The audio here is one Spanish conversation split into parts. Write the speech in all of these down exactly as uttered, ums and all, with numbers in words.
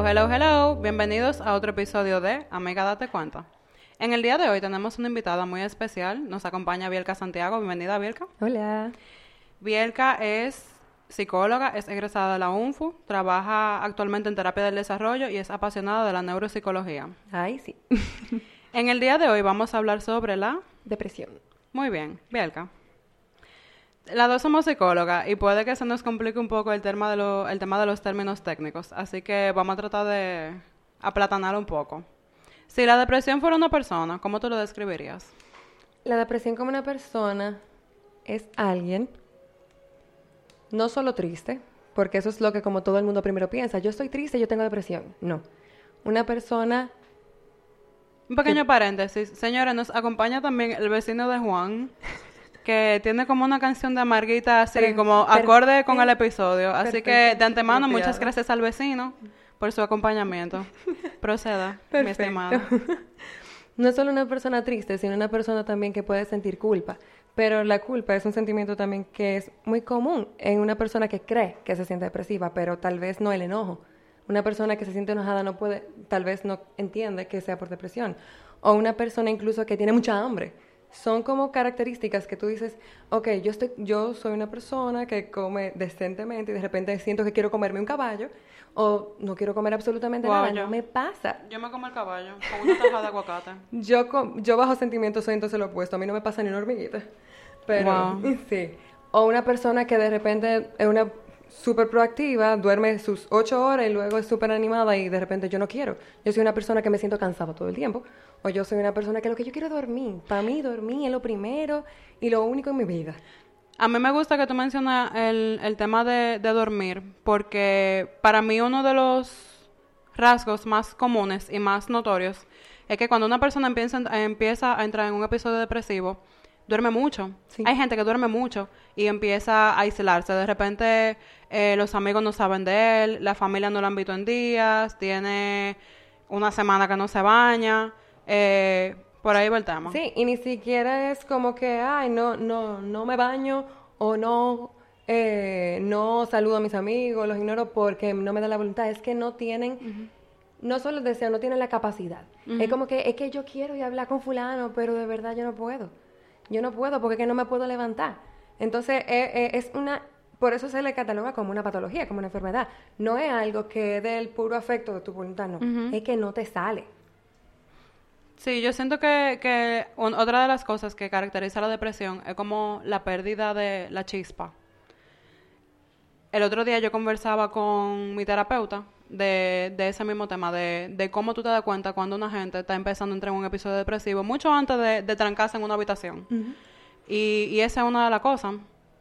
hello, hello. Bienvenidos a otro episodio de Amiga Date Cuenta. En el día de hoy tenemos una invitada muy especial. Nos acompaña Bielka Santiago. Bienvenida, Bielka. Hola. Bielka es psicóloga, es egresada de la U N F U, trabaja actualmente en terapia del desarrollo y es apasionada de la neuropsicología. Ay, sí. En el día de hoy vamos a hablar sobre la... Depresión. Muy bien, Bielka. Las dos somos psicólogas y puede que se nos complique un poco el tema de, lo, el tema de los términos técnicos, así que vamos a tratar de aplatanar un poco. Si la depresión fuera una persona, ¿cómo tú lo describirías? La depresión como una persona es alguien no solo triste, porque eso es lo que como todo el mundo primero piensa, yo estoy triste, yo tengo depresión. No. Una persona... Un pequeño que... paréntesis. Señora, nos acompaña también el vecino de Juan, que tiene como una canción de Amarguita así, Pero, como acorde con el episodio. Así perfecto. Que de antemano, muchas gracias al vecino por su acompañamiento. Proceda, perfecto. Mi estimado. No es solo una persona triste, sino una persona también que puede sentir culpa. Pero la culpa es un sentimiento también que es muy común en una persona que cree que se siente depresiva, pero tal vez no el enojo. Una persona que se siente enojada no puede, tal vez no entiende que sea por depresión. O una persona incluso que tiene mucha hambre. Son como características que tú dices, ok, yo, estoy, yo soy una persona que come decentemente y de repente siento que quiero comerme un caballo o no quiero comer absolutamente wow, nada, yo, no me pasa. Yo me como el caballo con una taja de aguacate. yo, com, yo bajo sentimientos soy entonces lo opuesto, a mí no me pasa ni una hormiguita. Pero wow. Sí. O una persona que de repente es una súper proactiva, duerme sus ocho horas y luego es súper animada y de repente yo no quiero. Yo soy una persona que me siento cansada todo el tiempo. O yo soy una persona que lo que yo quiero es dormir. Para mí dormir es lo primero y lo único en mi vida. A mí me gusta que tú mencionas el, el tema de, de dormir, porque para mí uno de los rasgos más comunes y más notorios es que cuando una persona empieza, empieza a entrar en un episodio depresivo, duerme mucho. Sí. Hay gente que duerme mucho y empieza a aislarse. De repente eh, los amigos no saben de él, la familia no lo han visto en días, tiene una semana que no se baña. Eh, por ahí va el tema. Sí, y ni siquiera es como que, ay, no, no, no me baño o no, eh, no saludo a mis amigos, los ignoro porque no me da la voluntad. Es que no tienen, uh-huh. no solo el deseo, no tienen la capacidad. Uh-huh. Es como que, es que yo quiero ir a hablar con fulano, pero de verdad yo no puedo. Yo no puedo porque es que no me puedo levantar. Entonces, eh, eh, es una... Por eso se le cataloga como una patología, como una enfermedad. No es algo que dé el puro afecto de tu voluntad, no. Uh-huh. Es que no te sale. Sí, yo siento que, que un, otra de las cosas que caracteriza la depresión es como la pérdida de la chispa. El otro día yo conversaba con mi terapeuta de, de ese mismo tema, de, de cómo tú te das cuenta cuando una gente está empezando a entrar en un episodio depresivo, mucho antes de, de trancarse en una habitación. Uh-huh. Y, y esa es una de las cosas.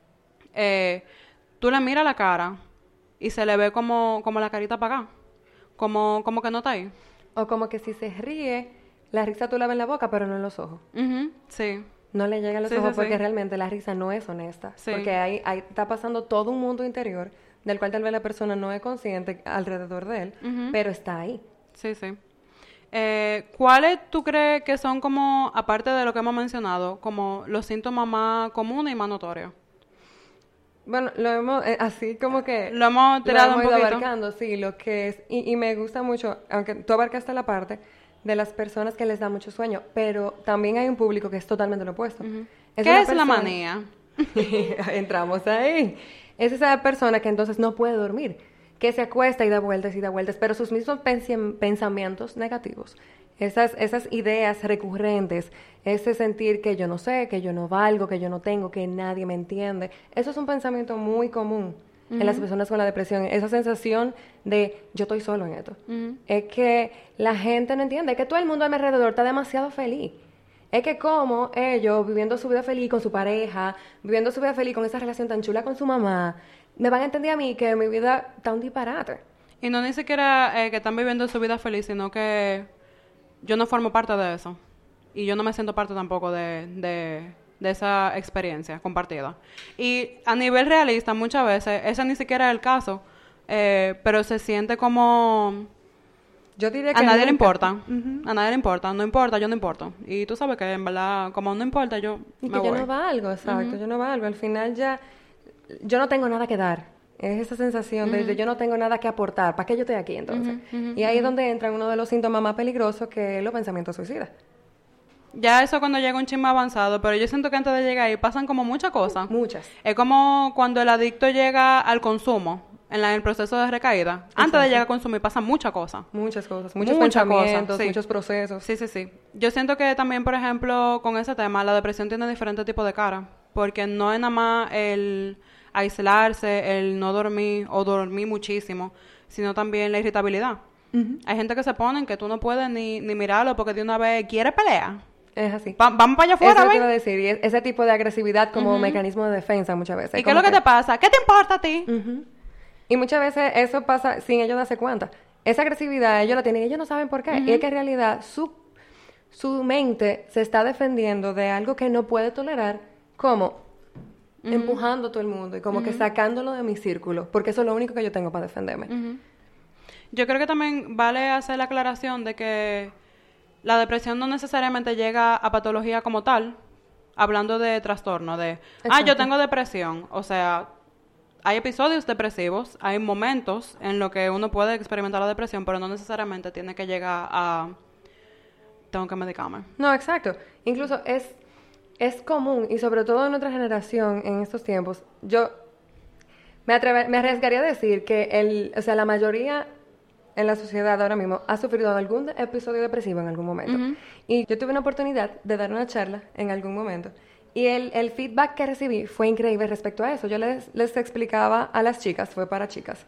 Eh, tú le miras la cara y se le ve como, como la carita apagada, como, como que no está ahí. O como que si se ríe, la risa tú la ves en la boca, pero no en los ojos. Uh-huh. Sí. No le llega a los sí, ojos sí, porque sí. realmente la risa no es honesta. Sí. Porque ahí, ahí está pasando todo un mundo interior del cual tal vez la persona no es consciente alrededor de él, uh-huh. pero está ahí. Sí, sí. Eh, ¿Cuáles tú crees que son como, aparte de lo que hemos mencionado, como los síntomas más comunes y más notorios? Bueno, lo hemos, eh, así como que... Lo hemos tirado lo hemos un poquito. abarcando, sí, lo que es... Y, y me gusta mucho, aunque tú abarcaste la parte de las personas que les da mucho sueño, pero también hay un público que es totalmente lo opuesto. Uh-huh. Es ¿Qué es persona... la manía? Entramos ahí. Es esa persona que entonces no puede dormir, que se acuesta y da vueltas y da vueltas, pero sus mismos pens- pensamientos negativos, esas, esas ideas recurrentes, ese sentir que yo no sé, que yo no valgo, que yo no tengo, que nadie me entiende, eso es un pensamiento muy común uh-huh. en las personas con la depresión, esa sensación de yo estoy solo en esto. Uh-huh. Es que la gente no entiende, es que todo el mundo a mi alrededor está demasiado feliz. Es que como ellos, viviendo su vida feliz con su pareja, viviendo su vida feliz con esa relación tan chula con su mamá, me van a entender a mí que mi vida está un disparate. Y no ni siquiera eh, que están viviendo su vida feliz, sino que yo no formo parte de eso. Y yo no me siento parte tampoco de, de, de esa experiencia compartida. Y a nivel realista, muchas veces, ese ni siquiera es el caso, eh, pero se siente como... Yo diría que a nadie nunca. le importa, uh-huh. a nadie le importa, no importa, yo no importo. Y tú sabes que en verdad, como no importa, yo y me que voy. yo no valgo, exacto, uh-huh. yo no valgo. Al final ya, yo no tengo nada que dar. Es esa sensación de, de yo no tengo nada que aportar. ¿Para qué yo estoy aquí entonces? Ujú, ujú, y ahí es ujú. donde entra uno de los síntomas más peligrosos, que es los pensamientos suicidas. Ya eso cuando llega un chisme avanzado, pero yo siento que antes de llegar ahí pasan como muchas cosas. Muchas. Es como cuando el adicto llega al consumo, en, la- en el proceso de recaída. Antes de Exacto. llegar a consumir pasan muchas cosas. Muchas cosas. Muchos Muchas pensamientos, cosas, sí. muchos procesos. Sí, sí, sí. Yo siento que también, por ejemplo, con ese tema, la depresión tiene diferentes tipos de cara. Porque no es nada más el aislarse, el no dormir o dormir muchísimo, sino también la irritabilidad. Ujú. Hay gente que se pone en que tú no puedes ni, ni mirarlo porque de una vez quiere pelear. Es así. Va- vamos para allá Eso afuera, te iba a ¿ven? decir. Y es- ese tipo de agresividad como Ujú. mecanismo de defensa muchas veces. ¿Y qué es lo que te pasa? ¿Qué te importa a ti? Ujú. Y muchas veces eso pasa sin ellos darse cuenta. Esa agresividad ellos la tienen y ellos no saben por qué. Y es que en realidad su, su mente se está defendiendo de algo que no puede tolerar, como empujando a todo el mundo y como que sacándolo de mi círculo, porque eso es lo único que yo tengo para defenderme. Ujú. Yo creo que también vale hacer la aclaración de que la depresión no necesariamente llega a patología como tal, hablando de trastorno, de, ah, yo Exacto. tengo depresión. O sea, hay episodios depresivos, hay momentos en los que uno puede experimentar la depresión, pero no necesariamente tiene que llegar a, tengo que medicarme. No, exacto. Incluso es, es común, y sobre todo en nuestra generación, en estos tiempos, yo me, atreve- me arriesgaría a decir que el, o sea, la mayoría en la sociedad ahora mismo ha sufrido algún episodio depresivo en algún momento. Ujú. Y yo tuve una oportunidad de dar una charla en algún momento. Y el, el feedback que recibí fue increíble respecto a eso. Yo les, les explicaba a las chicas, fue para chicas.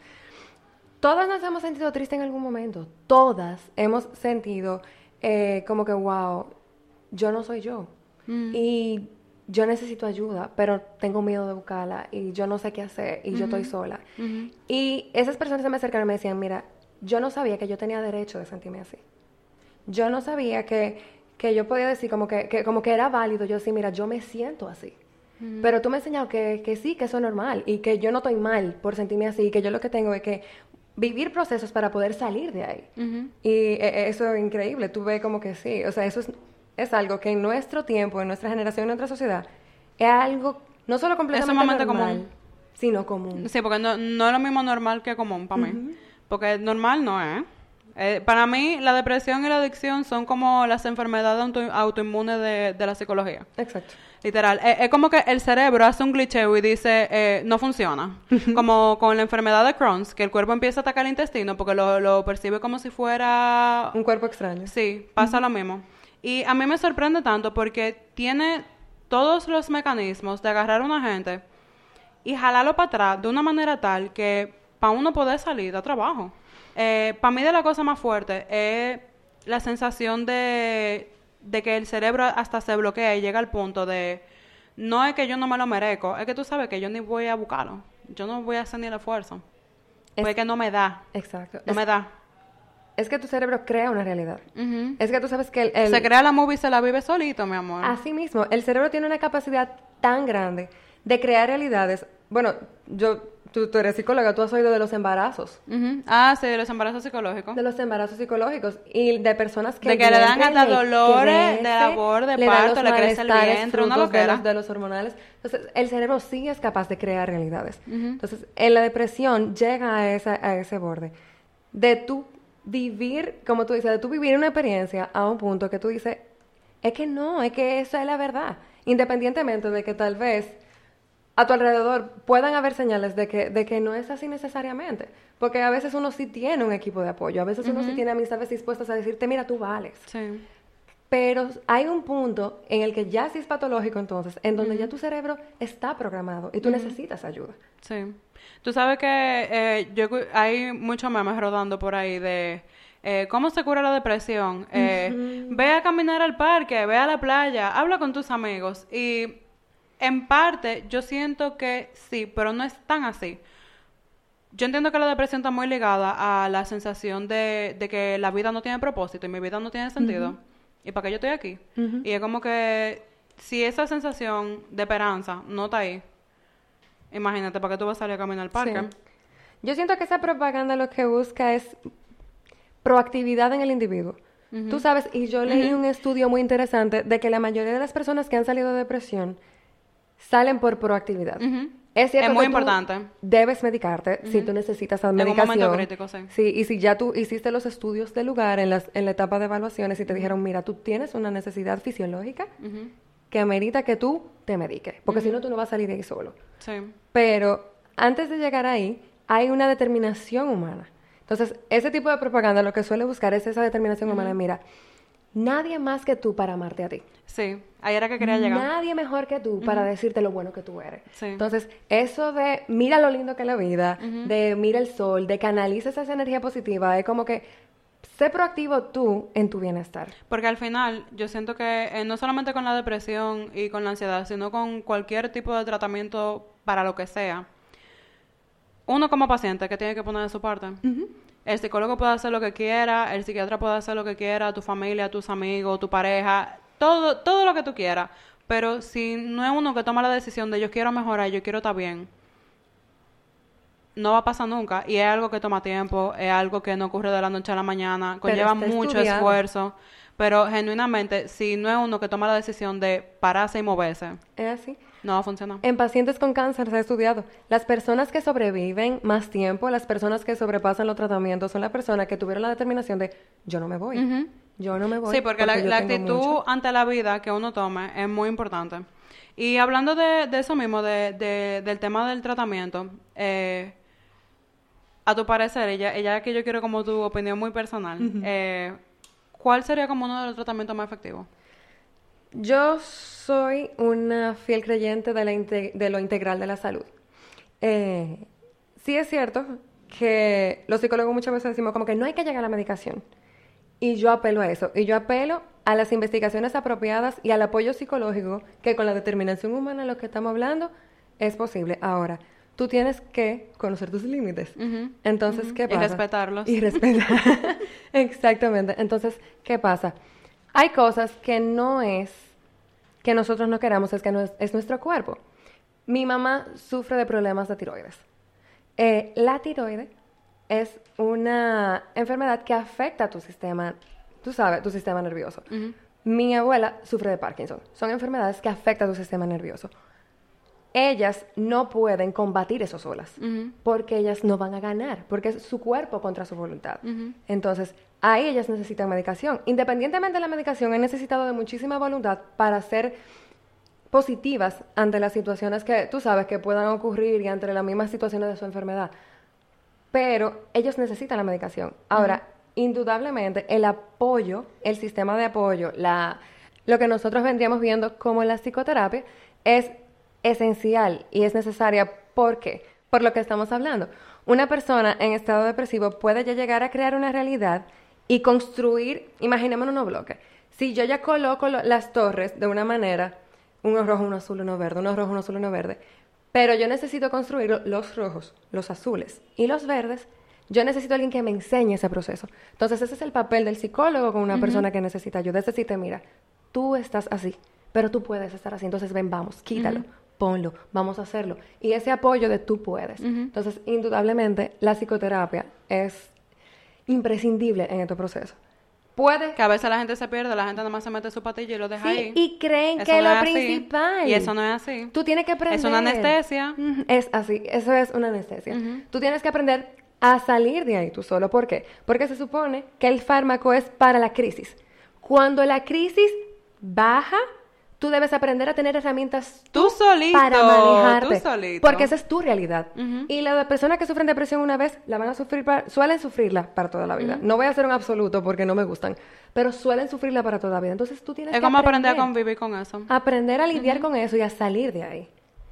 Todas nos hemos sentido tristes en algún momento. Todas hemos sentido eh, como que, wow, yo no soy yo. Mm. Y yo necesito ayuda, pero tengo miedo de buscarla. Y yo no sé qué hacer. Y yo estoy sola. Ujú. Y esas personas se me acercaron y me decían, mira, yo no sabía que yo tenía derecho de sentirme así. Yo no sabía que, que yo podía decir como que, que, como que era válido yo decir, mira, yo me siento así. Pero tú me has enseñado que, que sí, que eso es normal y que yo no estoy mal por sentirme así y que yo lo que tengo es que vivir procesos para poder salir de ahí. Ujú. Y eh, eso es increíble. Tú ves como que sí. O sea, eso es, es algo que en nuestro tiempo, en nuestra generación, en nuestra sociedad, es algo no solo completamente sumamente normal, común. sino común. Sí, porque no, no es lo mismo normal que común para mí. Porque normal no es. Eh, para mí, la depresión y la adicción son como las enfermedades auto- autoinmunes de, de la psicología. Exacto. Literal. Eh, es como que el cerebro hace un glitcheo y dice, eh, no funciona. Como con la enfermedad de Crohn's, que el cuerpo empieza a atacar el intestino porque lo, lo percibe como si fuera... Un cuerpo extraño. Sí, pasa lo mismo. Y a mí me sorprende tanto porque tiene todos los mecanismos de agarrar a una gente y jalarlo para atrás de una manera tal que para uno poder salir de trabajo. Eh, para mí de la cosa más fuerte es la sensación de, de que el cerebro hasta se bloquea y llega al punto de, no es que yo no me lo merezco, es que tú sabes que yo ni voy a buscarlo. Yo no voy a hacer ni el esfuerzo. Es- Porque no me da. Exacto. No es, me da. es que tu cerebro crea una realidad. Ujú. Es que tú sabes que el, el- Se crea la movie y se la vive solito, mi amor. así mismo, el cerebro tiene una capacidad tan grande de crear realidades. Bueno, yo, tú, tú eres psicóloga, tú has oído de los embarazos. Ujú. Ah, sí, de los embarazos psicológicos. De los embarazos psicológicos y de personas que De que le dan vientre hasta le dolores de crece, labor de le dan parto, los le crece el malestares vientre, una frutos de loquera. los, de los hormonales. Entonces, el cerebro sí es capaz de crear realidades. Ujú. Entonces, en la depresión llega a, esa, a ese borde de tú vivir, como tú dices, de tú vivir una experiencia a un punto que tú dices, es que no, es que eso es la verdad. Independientemente de que tal vez a tu alrededor puedan haber señales de que, de que no es así necesariamente. Porque a veces uno sí tiene un equipo de apoyo, a veces uno sí tiene amistades dispuestas a decirte, mira, tú vales. Sí. Pero hay un punto en el que ya sí es patológico entonces, en donde ya tu cerebro está programado y tú necesitas ayuda. Sí. Tú sabes que eh, yo, cu- hay muchos memes rodando por ahí de eh, cómo se cura la depresión. Eh, Ve a caminar al parque, ve a la playa, habla con tus amigos. Y en parte yo siento que sí, pero no es tan así. Yo entiendo que la depresión está muy ligada a la sensación de, de que la vida no tiene propósito y mi vida no tiene sentido. ¿Y para qué yo estoy aquí? Y es como que si esa sensación de esperanza no está ahí, imagínate, ¿para qué tú vas a salir a caminar al parque? Sí. Yo siento que esa propaganda lo que busca es proactividad en el individuo. Tú sabes, y yo leí un estudio muy interesante de que la mayoría de las personas que han salido de depresión salen por proactividad. Ujú. Es cierto Es muy que tú importante. debes medicarte si tú necesitas la En un medicación. momento crítico, sí. Sí, y si ya tú hiciste los estudios del lugar en, las, en la etapa de evaluaciones y te dijeron, mira, tú tienes una necesidad fisiológica Ujú. que amerita que tú te mediques, porque si no, tú no vas a salir de ahí solo. Sí. Pero antes de llegar ahí, hay una determinación humana. Entonces, ese tipo de propaganda lo que suele buscar es esa determinación humana. Mira, nadie más que tú para amarte a ti. Sí, ahí era que quería llegar. Nadie mejor que tú para decirte lo bueno que tú eres. Sí. Entonces, eso de mira lo lindo que es la vida, de mira el sol, de canaliza esa energía positiva, es como que sé proactivo tú en tu bienestar. Porque al final, yo siento que eh, no solamente con la depresión y con la ansiedad, sino con cualquier tipo de tratamiento para lo que sea, uno como paciente que tiene que poner de su parte. El psicólogo puede hacer lo que quiera, el psiquiatra puede hacer lo que quiera, tu familia, tus amigos, tu pareja, todo, todo lo que tú quieras. Pero si no es uno que toma la decisión de yo quiero mejorar, yo quiero estar bien, no va a pasar nunca. Y es algo que toma tiempo, es algo que no ocurre de la noche a la mañana, conlleva está mucho estudiado. esfuerzo. Pero genuinamente, si no es uno que toma la decisión de pararse y moverse, ¿Es así? no va a funcionar. En pacientes con cáncer se ha estudiado. Las personas que sobreviven más tiempo, las personas que sobrepasan los tratamientos, son las personas que tuvieron la determinación de yo no me voy. Ujú. Yo no me voy. Sí, porque, la, yo la tengo actitud mucho. ante la vida que uno tome es muy importante. Y hablando de, de eso mismo, de, de- del tema del tratamiento, eh, a tu parecer, ella, ella que yo quiero como tu opinión muy personal, eh, ¿cuál sería como uno de los tratamientos más efectivos? Yo soy una fiel creyente de, la inte- de lo integral de la salud. Eh, sí es cierto que los psicólogos muchas veces decimos como que no hay que llegar a la medicación. Y yo apelo a eso. Y yo apelo a las investigaciones apropiadas y al apoyo psicológico que con la determinación humana de lo que estamos hablando es posible. Ahora, tú tienes que conocer tus límites. Ujú, Entonces, ujú. ¿qué Y pasa? respetarlos. Y respetar. Exactamente. Entonces, ¿qué pasa? Hay cosas que no es que nosotros no queramos, es que no es, es nuestro cuerpo. Mi mamá sufre de problemas de tiroides. Eh, la tiroides es una enfermedad que afecta a tu sistema, tú sabes, tu sistema nervioso. Ujú. Mi abuela sufre de Parkinson. Son enfermedades que afectan a tu sistema nervioso. Ellas no pueden combatir eso solas, Ujú. porque ellas no van a ganar, porque es su cuerpo contra su voluntad. Ujú. Entonces, ahí ellas necesitan medicación. Independientemente de la medicación, he necesitado de muchísima voluntad para ser positivas ante las situaciones que tú sabes que puedan ocurrir y ante las mismas situaciones de su enfermedad. Pero ellos necesitan la medicación. Ahora, indudablemente, el apoyo, el sistema de apoyo, la, lo que nosotros vendríamos viendo como la psicoterapia, es esencial y es necesaria. ¿Por qué? Por lo que estamos hablando. Una persona en estado depresivo puede ya llegar a crear una realidad y construir, imaginémonos unos bloques. Si yo ya coloco lo- las torres de una manera, uno rojo, uno azul, uno verde, uno rojo, uno azul, uno verde, pero yo necesito construir los rojos, los azules y los verdes. Yo necesito a alguien que me enseñe ese proceso. Entonces, ese es el papel del psicólogo con una persona que necesita ayuda. Es decirte, mira, tú estás así, pero tú puedes estar así. Entonces, ven, vamos, quítalo, ponlo, vamos a hacerlo. Y ese apoyo de tú puedes. Entonces, indudablemente, la psicoterapia es imprescindible en este proceso. Puede Que a veces la gente se pierde, la gente nada más se mete su patilla y lo deja sí, ahí. y creen Eso que es no lo es así. principal. Y eso no es así. Tú tienes que aprender. Es una anestesia. Ujú, es así, eso es una anestesia. Tú tienes que aprender a salir de ahí tú solo. ¿Por qué? Porque se supone que el fármaco es para la crisis. Cuando la crisis baja, tú debes aprender a tener herramientas Tú solito, para manejarte. tú solito. Porque esa es tu realidad. Ujú. Y las personas que sufren depresión una vez, la van a sufrir, para- suelen sufrirla para toda la vida. No voy a hacer un absoluto porque no me gustan, pero suelen sufrirla para toda la vida. Entonces tú tienes Es que como aprender a convivir con eso. aprender a lidiar con eso y a salir de ahí.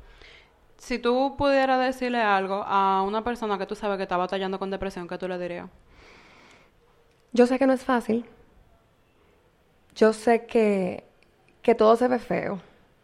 Si tú pudieras decirle algo a una persona que tú sabes que está batallando con depresión, ¿qué tú le dirías? Yo sé que no es fácil. Yo sé que, que todo se ve feo.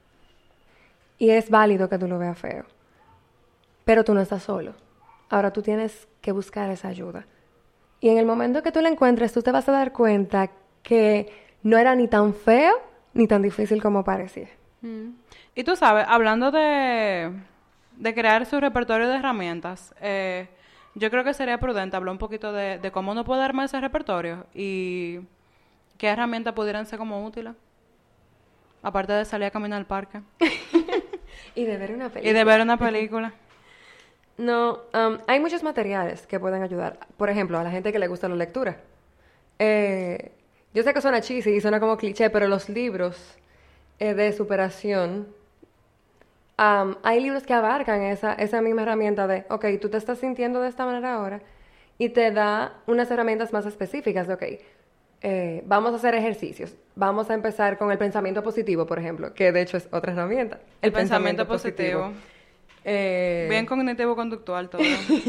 Y es válido que tú lo veas feo. Pero tú no estás solo. Ahora tú tienes que buscar esa ayuda. Y en el momento que tú la encuentres, tú te vas a dar cuenta que no era ni tan feo ni tan difícil como parecía. Mm. Y tú sabes, hablando de, de crear su repertorio de herramientas, eh, yo creo que sería prudente hablar un poquito de, de cómo uno puede armar ese repertorio y qué herramientas pudieran ser como útiles, aparte de salir a caminar al parque. Y de ver una película. Y de ver una película. No, um, hay muchos materiales que pueden ayudar. Por ejemplo, a la gente que le gusta la lectura. Eh, yo sé que suena cheesy y suena como cliché, pero los libros eh, de superación, um, hay libros que abarcan esa, esa misma herramienta de, ok, tú te estás sintiendo de esta manera ahora, y te da unas herramientas más específicas de, ok, eh, vamos a hacer ejercicios. Vamos a empezar con el pensamiento positivo, por ejemplo, que de hecho es otra herramienta. El, El pensamiento, pensamiento positivo. positivo. Eh... Bien cognitivo-conductual todo.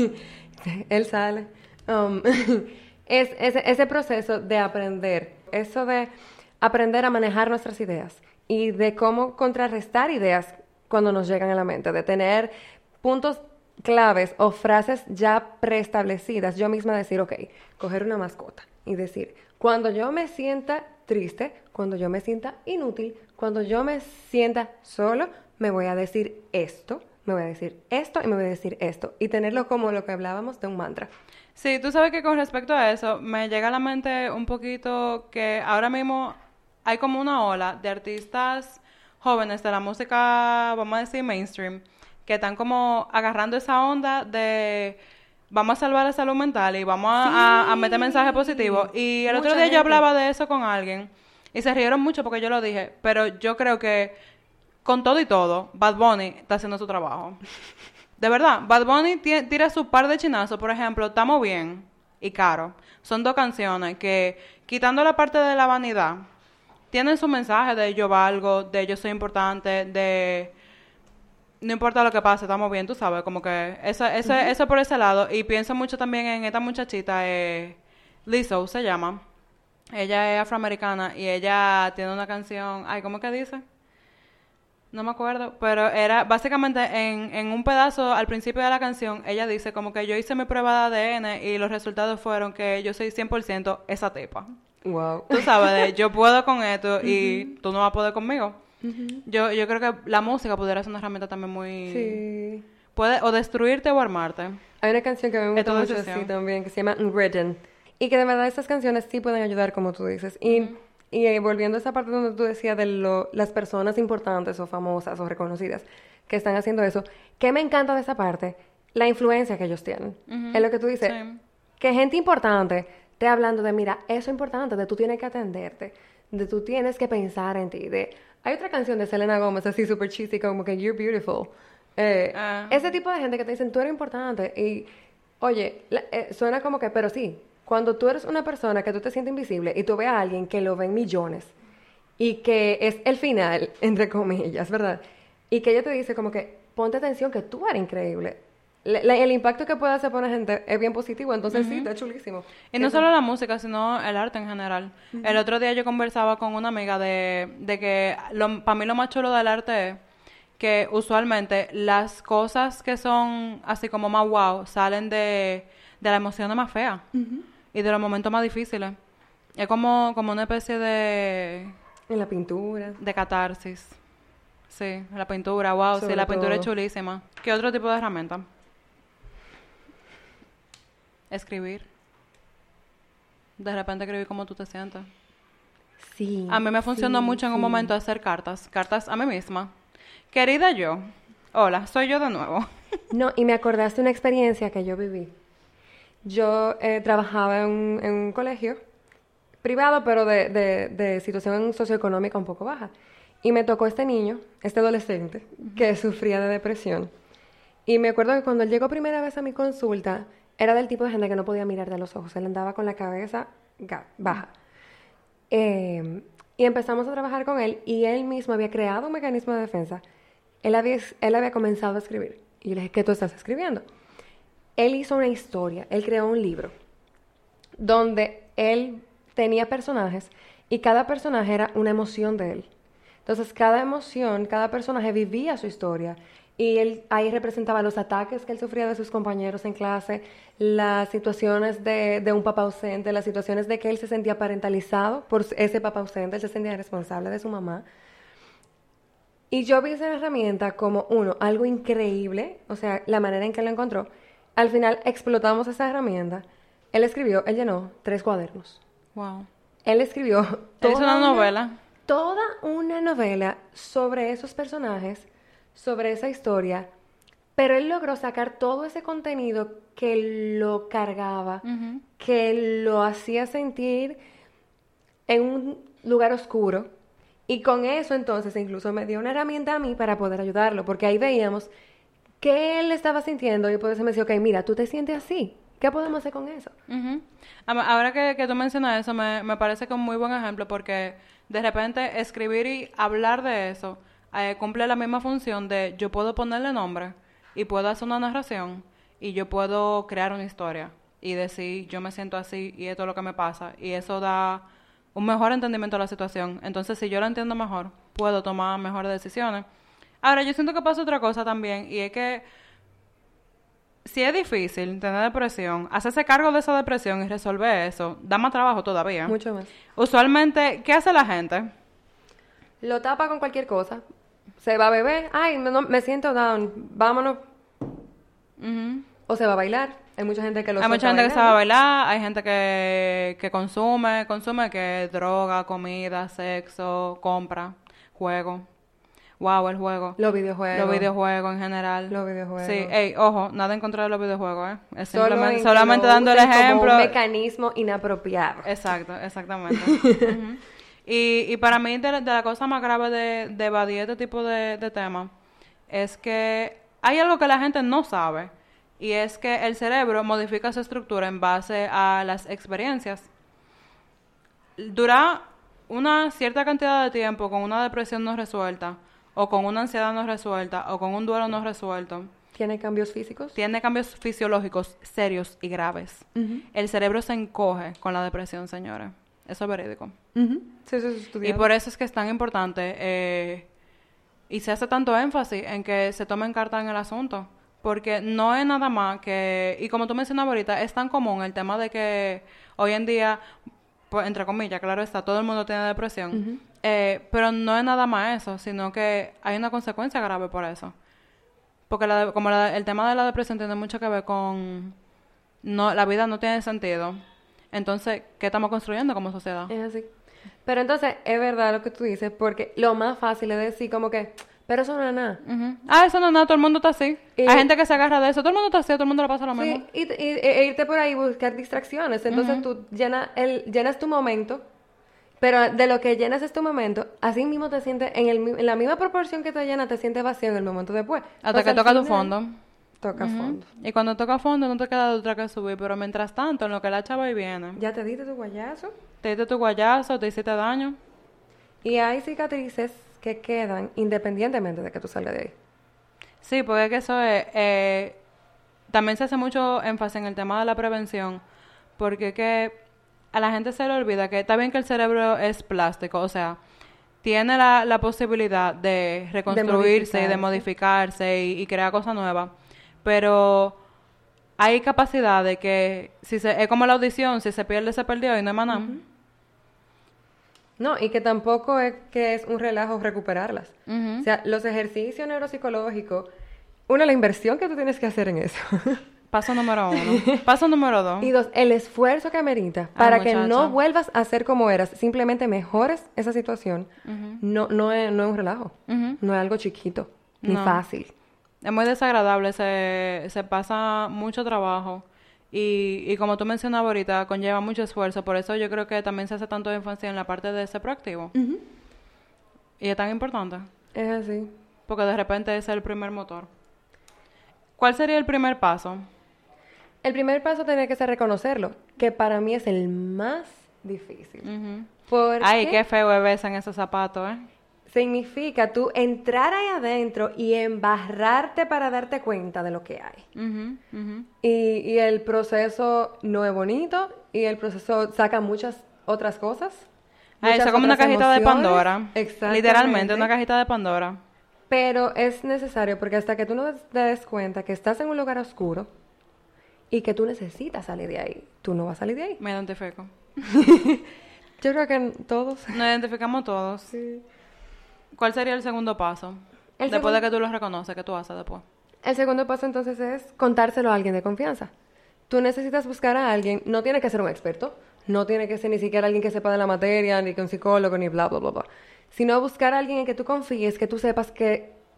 Él sale. Um, es ese, ese proceso de aprender, eso de aprender a manejar nuestras ideas y de cómo contrarrestar ideas cuando nos llegan a la mente, de tener puntos claves o frases ya preestablecidas. Yo misma decir, ok, coger una mascota y decir, cuando yo me sienta triste, cuando yo me sienta inútil, cuando yo me sienta solo, me voy a decir esto. Me voy a decir esto y me voy a decir esto. Y tenerlo como lo que hablábamos de un mantra. Sí, tú sabes que con respecto a eso, me llega a la mente un poquito que ahora mismo hay como una ola de artistas jóvenes de la música, vamos a decir, mainstream, que están como agarrando esa onda de vamos a salvar la salud mental y vamos a, sí. a, a meter mensajes positivos. Y el Mucha otro día gente. yo hablaba de eso con alguien y se rieron mucho porque yo lo dije, pero yo creo que con todo y todo, Bad Bunny está haciendo su trabajo. De verdad, Bad Bunny t- tira su par de chinazos. Por ejemplo, Estamos Bien y Caro. Son dos canciones que, quitando la parte de la vanidad, tienen su mensaje de yo valgo, de yo soy importante, de no importa lo que pase, estamos bien, tú sabes. Como que eso, eso, uh-huh. eso por ese lado. Y pienso mucho también en esta muchachita, eh, Lizzo se llama. Ella es afroamericana y ella tiene una canción... Ay, ¿cómo que dice? No me acuerdo, pero era básicamente en, en un pedazo al principio de la canción, ella dice como que yo hice mi prueba de A D N y los resultados fueron que yo soy cien por ciento esa tipa. Wow. Tú sabes, de yo puedo con esto y uh-huh. tú no vas a poder conmigo. Uh-huh. Yo yo creo que la música pudiera ser una herramienta también muy... Sí. Puede o destruirte o armarte. Hay una canción que me gusta mucho así también, que se llama Unwritten. Y que de verdad estas canciones sí pueden ayudar, como tú dices. Y... Uh-huh. Y eh, volviendo a esa parte donde tú decías de lo, las personas importantes o famosas o reconocidas que están haciendo eso, ¿qué me encanta de esa parte? La influencia que ellos tienen. Uh-huh. Es lo que tú dices. Sí. Que gente importante esté hablando de, mira, eso es importante, de tú tienes que atenderte, de tú tienes que pensar en ti. De... Hay otra canción de Selena Gomez así súper cheesy como que You're Beautiful. Eh, uh. Ese tipo de gente que te dicen, tú eres importante. Y, oye, la, eh, suena como que, pero sí. Cuando tú eres una persona que tú te sientes invisible y tú ves a alguien que lo ven millones y que es el final, entre comillas, ¿verdad? Y que ella te dice como que, ponte atención que tú eres increíble. Le, le, el impacto que puede hacer para una gente es bien positivo, entonces uh-huh. sí, está chulísimo. Y no solo la música, sino el arte en general. Uh-huh. El otro día yo conversaba con una amiga de, de que para mí lo más chulo del arte es que usualmente las cosas que son así como más wow salen de, de la emoción más fea. Uh-huh. Y de los momentos más difíciles. Es como, como una especie de... En la pintura. De catarsis. Sí, la pintura. Wow, Sobre sí, la pintura todo. Es chulísima. ¿Qué otro tipo de herramienta? Escribir. De repente escribir cómo tú te sientes. Sí. A mí me funcionó sí, mucho en sí. un momento hacer cartas. Cartas a mí misma. Querida yo. Hola, soy yo de nuevo. No, y me acordaste una experiencia que yo viví. Yo eh, trabajaba en un, en un colegio privado, pero de, de, de situación socioeconómica un poco baja. Y me tocó este niño, este adolescente, uh-huh. que sufría de depresión. Y me acuerdo que cuando él llegó primera vez a mi consulta, era del tipo de gente que no podía mirarte a los ojos. Él andaba con la cabeza ga- baja. Eh, y empezamos a trabajar con él y él mismo había creado un mecanismo de defensa. Él había, él había comenzado a escribir. Y yo le dije, ¿qué tú estás escribiendo? Él hizo una historia, él creó un libro donde él tenía personajes y cada personaje era una emoción de él. Entonces, cada emoción, cada personaje vivía su historia y él ahí representaba los ataques que él sufría de sus compañeros en clase, las situaciones de, de un papá ausente, las situaciones de que él se sentía parentalizado por ese papá ausente, él se sentía responsable de su mamá. Y yo vi esa herramienta como, uno, algo increíble, o sea, la manera en que él lo encontró. Al final explotamos esa herramienta. Él escribió, él llenó tres cuadernos. Wow. Él escribió toda una novela. Toda una novela sobre esos personajes, sobre esa historia, pero él logró sacar todo ese contenido que lo cargaba, Ujú. que lo hacía sentir en un lugar oscuro. Y con eso entonces incluso me dio una herramienta a mí para poder ayudarlo, porque ahí veíamos que él estaba sintiendo y por eso me decía, ok, mira, tú te sientes así, ¿qué podemos hacer con eso? Ujú. Ama- Ahora que, que tú mencionas eso, me, me parece que es un muy buen ejemplo porque de repente escribir y hablar de eso eh, cumple la misma función de yo puedo ponerle nombre y puedo hacer una narración y yo puedo crear una historia y decir yo me siento así y esto es lo que me pasa y eso da un mejor entendimiento de la situación. Entonces, si yo lo entiendo mejor, puedo tomar mejores decisiones. Ahora, yo siento que pasa otra cosa también y es que si es difícil tener depresión, hacerse cargo de esa depresión y resolver eso, da más trabajo todavía. Mucho más. Usualmente, ¿qué hace la gente? Lo tapa con cualquier cosa. Se va a beber, ay, me, no- me siento down, vámonos. Ujú. O se va a bailar. Hay mucha gente que lo Hay mucha suelta gente que bailar, sabe bailar, hay gente que, que consume, consume que droga, comida, sexo, compra, juego. Wow, el juego. Los videojuegos. Los videojuegos en general. Los videojuegos. Sí, ey, ojo, nada en contra de los videojuegos, ¿eh? Es Solo simplemente, en que solamente lo dando el usen como ejemplo. un mecanismo inapropiado. Exacto, exactamente. Ujú. Y, y para mí, de, la- de la cosa más grave de, de evadir este tipo de, de temas, es que hay algo que la gente no sabe, y es que el cerebro modifica su estructura en base a las experiencias. Dura una cierta cantidad de tiempo con una depresión no resuelta, o con una ansiedad no resuelta, o con un duelo no resuelto. ¿Tiene cambios físicos? Tiene cambios fisiológicos serios y graves. Ujú. El cerebro se encoge con la depresión, señores. Eso es verídico. Ujú. Sí, eso es Y estudiado. por eso es que es tan importante eh, y se hace tanto énfasis en que se tomen carta en el asunto. Porque no es nada más que, y como tú mencionabas ahorita, es tan común el tema de que hoy en día, pues, entre comillas, claro está, todo el mundo tiene depresión. Ujú. Eh, pero no es nada más eso, sino que hay una consecuencia grave por eso. Porque la de- como la- el tema de la depresión tiene mucho que ver con, no, la vida no tiene sentido. Entonces, ¿qué estamos construyendo como sociedad? Es así. Pero entonces, es verdad lo que tú dices, porque lo más fácil es decir como que, pero eso no es nada. Ujú. Ah, eso no es nada, todo el mundo está así. Y- Hay gente que se agarra de eso, todo el mundo está así, todo el mundo le pasa lo mismo. Sí, y, y- e irte por ahí y buscar distracciones. Entonces tú llena el, llenas tu momento, pero de lo que llenas es tu momento, así mismo te sientes, en, el, mi- en la misma proporción que te llena, te sientes vacío en el momento después. Hasta Entonces, que al toca tu final, fondo. Toca Ujú. fondo. Y cuando toca fondo no te queda de otra que subir, pero mientras tanto, en lo que la chava y viene, Ya te diste tu guayazo. te diste tu guayazo, te hiciste daño. Y hay cicatrices que quedan independientemente de que tú salgas de ahí. Sí, porque es que eso es... eh, también se hace mucho énfasis en el tema de la prevención, porque es que a la gente se le olvida que está bien que el cerebro es plástico, o sea, tiene la, la posibilidad de reconstruirse y de modificarse y, y crear cosas nuevas, pero hay capacidad de que, si se, es como la audición, si se pierde, se perdió y no es más nada. No, y que tampoco es que es un relajo recuperarlas. Ujú. O sea, los ejercicios neuropsicológicos, una, la inversión que tú tienes que hacer en eso. Paso número uno. Paso número dos. Y dos, el esfuerzo que amerita Ah, para que muchacha. no vuelvas a ser como eras, simplemente mejores esa situación. Ujú. No, no es, no es un relajo, Ujú. no es algo chiquito, ni No. fácil. Es muy desagradable, se, se pasa mucho trabajo y, y como tú mencionabas ahorita, conlleva mucho esfuerzo, por eso yo creo que también se hace tanto énfasis en la parte de ser proactivo. Y es tan importante, Es así. porque de repente ese es el primer motor. ¿Cuál sería el primer paso? El primer paso tiene que ser reconocerlo, que para mí es el más difícil. Ujú. Porque Ay, qué feo es verse en esos zapatos, ¿eh? significa tú entrar ahí adentro y embarrarte para darte cuenta de lo que hay. Ujú, ujú. Y, y el proceso no es bonito y el proceso saca muchas otras cosas. Ay, eso muchas es como una otras cajita de emociones. Pandora. Exactamente. Literalmente, una cajita de Pandora. Pero es necesario porque hasta que tú no te des cuenta que estás en un lugar oscuro y que tú necesitas salir de ahí, tú no vas a salir de ahí. Me identifico. Yo creo que todos. Nos identificamos todos. Sí. ¿Cuál sería el segundo paso? El Después de segun- que tú lo reconoces, ¿qué tú haces después? El segundo paso entonces es contárselo a alguien de confianza. Tú necesitas buscar a alguien, no tiene que ser un experto, no tiene que ser ni siquiera alguien que sepa de la materia, ni que un psicólogo, ni bla, bla, bla, bla. Sino buscar a alguien en que tú confíes, que tú sepas que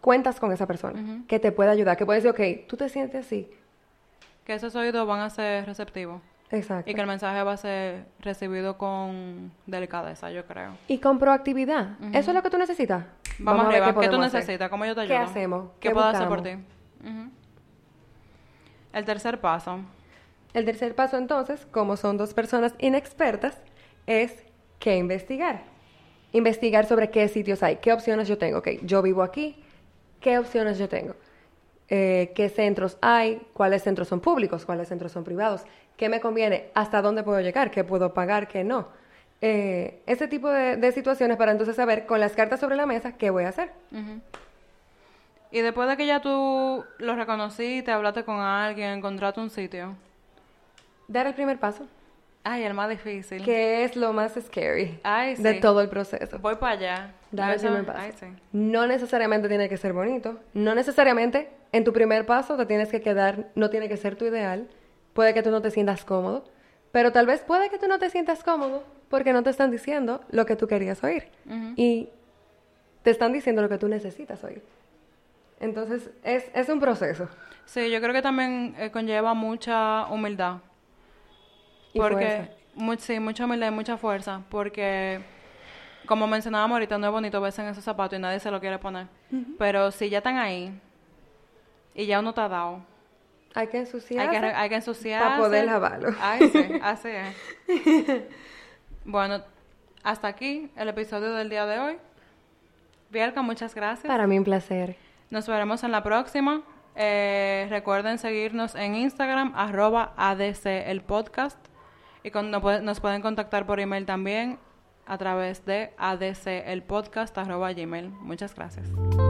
cuentas con esa persona Ujú. que te puede ayudar, que puede decir, ok, tú te sientes así. Que esos oídos van a ser receptivos. Exacto. Y que el mensaje va a ser recibido con delicadeza, yo creo. Y con proactividad. Ujú. Eso es lo que tú necesitas. Vamos, a ver arriba. ¿Qué, tú podemos hacer. necesitas? ¿Cómo yo te ¿Qué ayudo? hacemos? ¿Qué, ¿Qué puedo hacer por buscamos? ti? Ujú. El tercer paso. El tercer paso, entonces, como son dos personas inexpertas, es que investigar. Investigar sobre qué sitios hay, qué opciones yo tengo. Ok, yo vivo aquí, ¿qué opciones yo tengo? Eh, ¿Qué centros hay? ¿Cuáles centros son públicos? ¿Cuáles centros son privados? ¿Qué me conviene? ¿Hasta dónde puedo llegar? ¿Qué puedo pagar? ¿Qué no? Eh, ese tipo de, de situaciones para entonces saber con las cartas sobre la mesa qué voy a hacer. Ujú. Y después de que ya tú lo reconociste, hablaste con alguien, encontraste un sitio. Dar el primer paso, Ay, el más difícil. que es lo más scary Ay, sí. de todo el proceso. Voy para allá. Dar el Eso- primer paso. Ay, sí. No necesariamente tiene que ser bonito. No necesariamente en tu primer paso te tienes que quedar, no tiene que ser tu ideal. Puede que tú no te sientas cómodo, pero tal vez puede que tú no te sientas cómodo porque no te están diciendo lo que tú querías oír. Ujú. Y te están diciendo lo que tú necesitas oír. Entonces, es, es un proceso. Sí, yo creo que también eh, conlleva mucha humildad. Y Porque, fuerza. mu- sí, mucha humildad y mucha fuerza. Porque, como mencionábamos ahorita, no es bonito verse en esos zapatos y nadie se lo quiere poner. Pero si ya están ahí y ya uno te ha dado, Hay que hay ensuciarse. que, re- hay que ensuciarse. pa' poder lavarlo. Ay, sí, así es. Bueno, hasta aquí el episodio del día de hoy. Bielka, muchas gracias. Para mí un placer. Nos veremos en la próxima. Eh, recuerden seguirnos en Instagram, arroba A D C el podcast. Y con- no puede- nos pueden contactar por email también a través de adcelpodcast arroba gmail. Muchas gracias.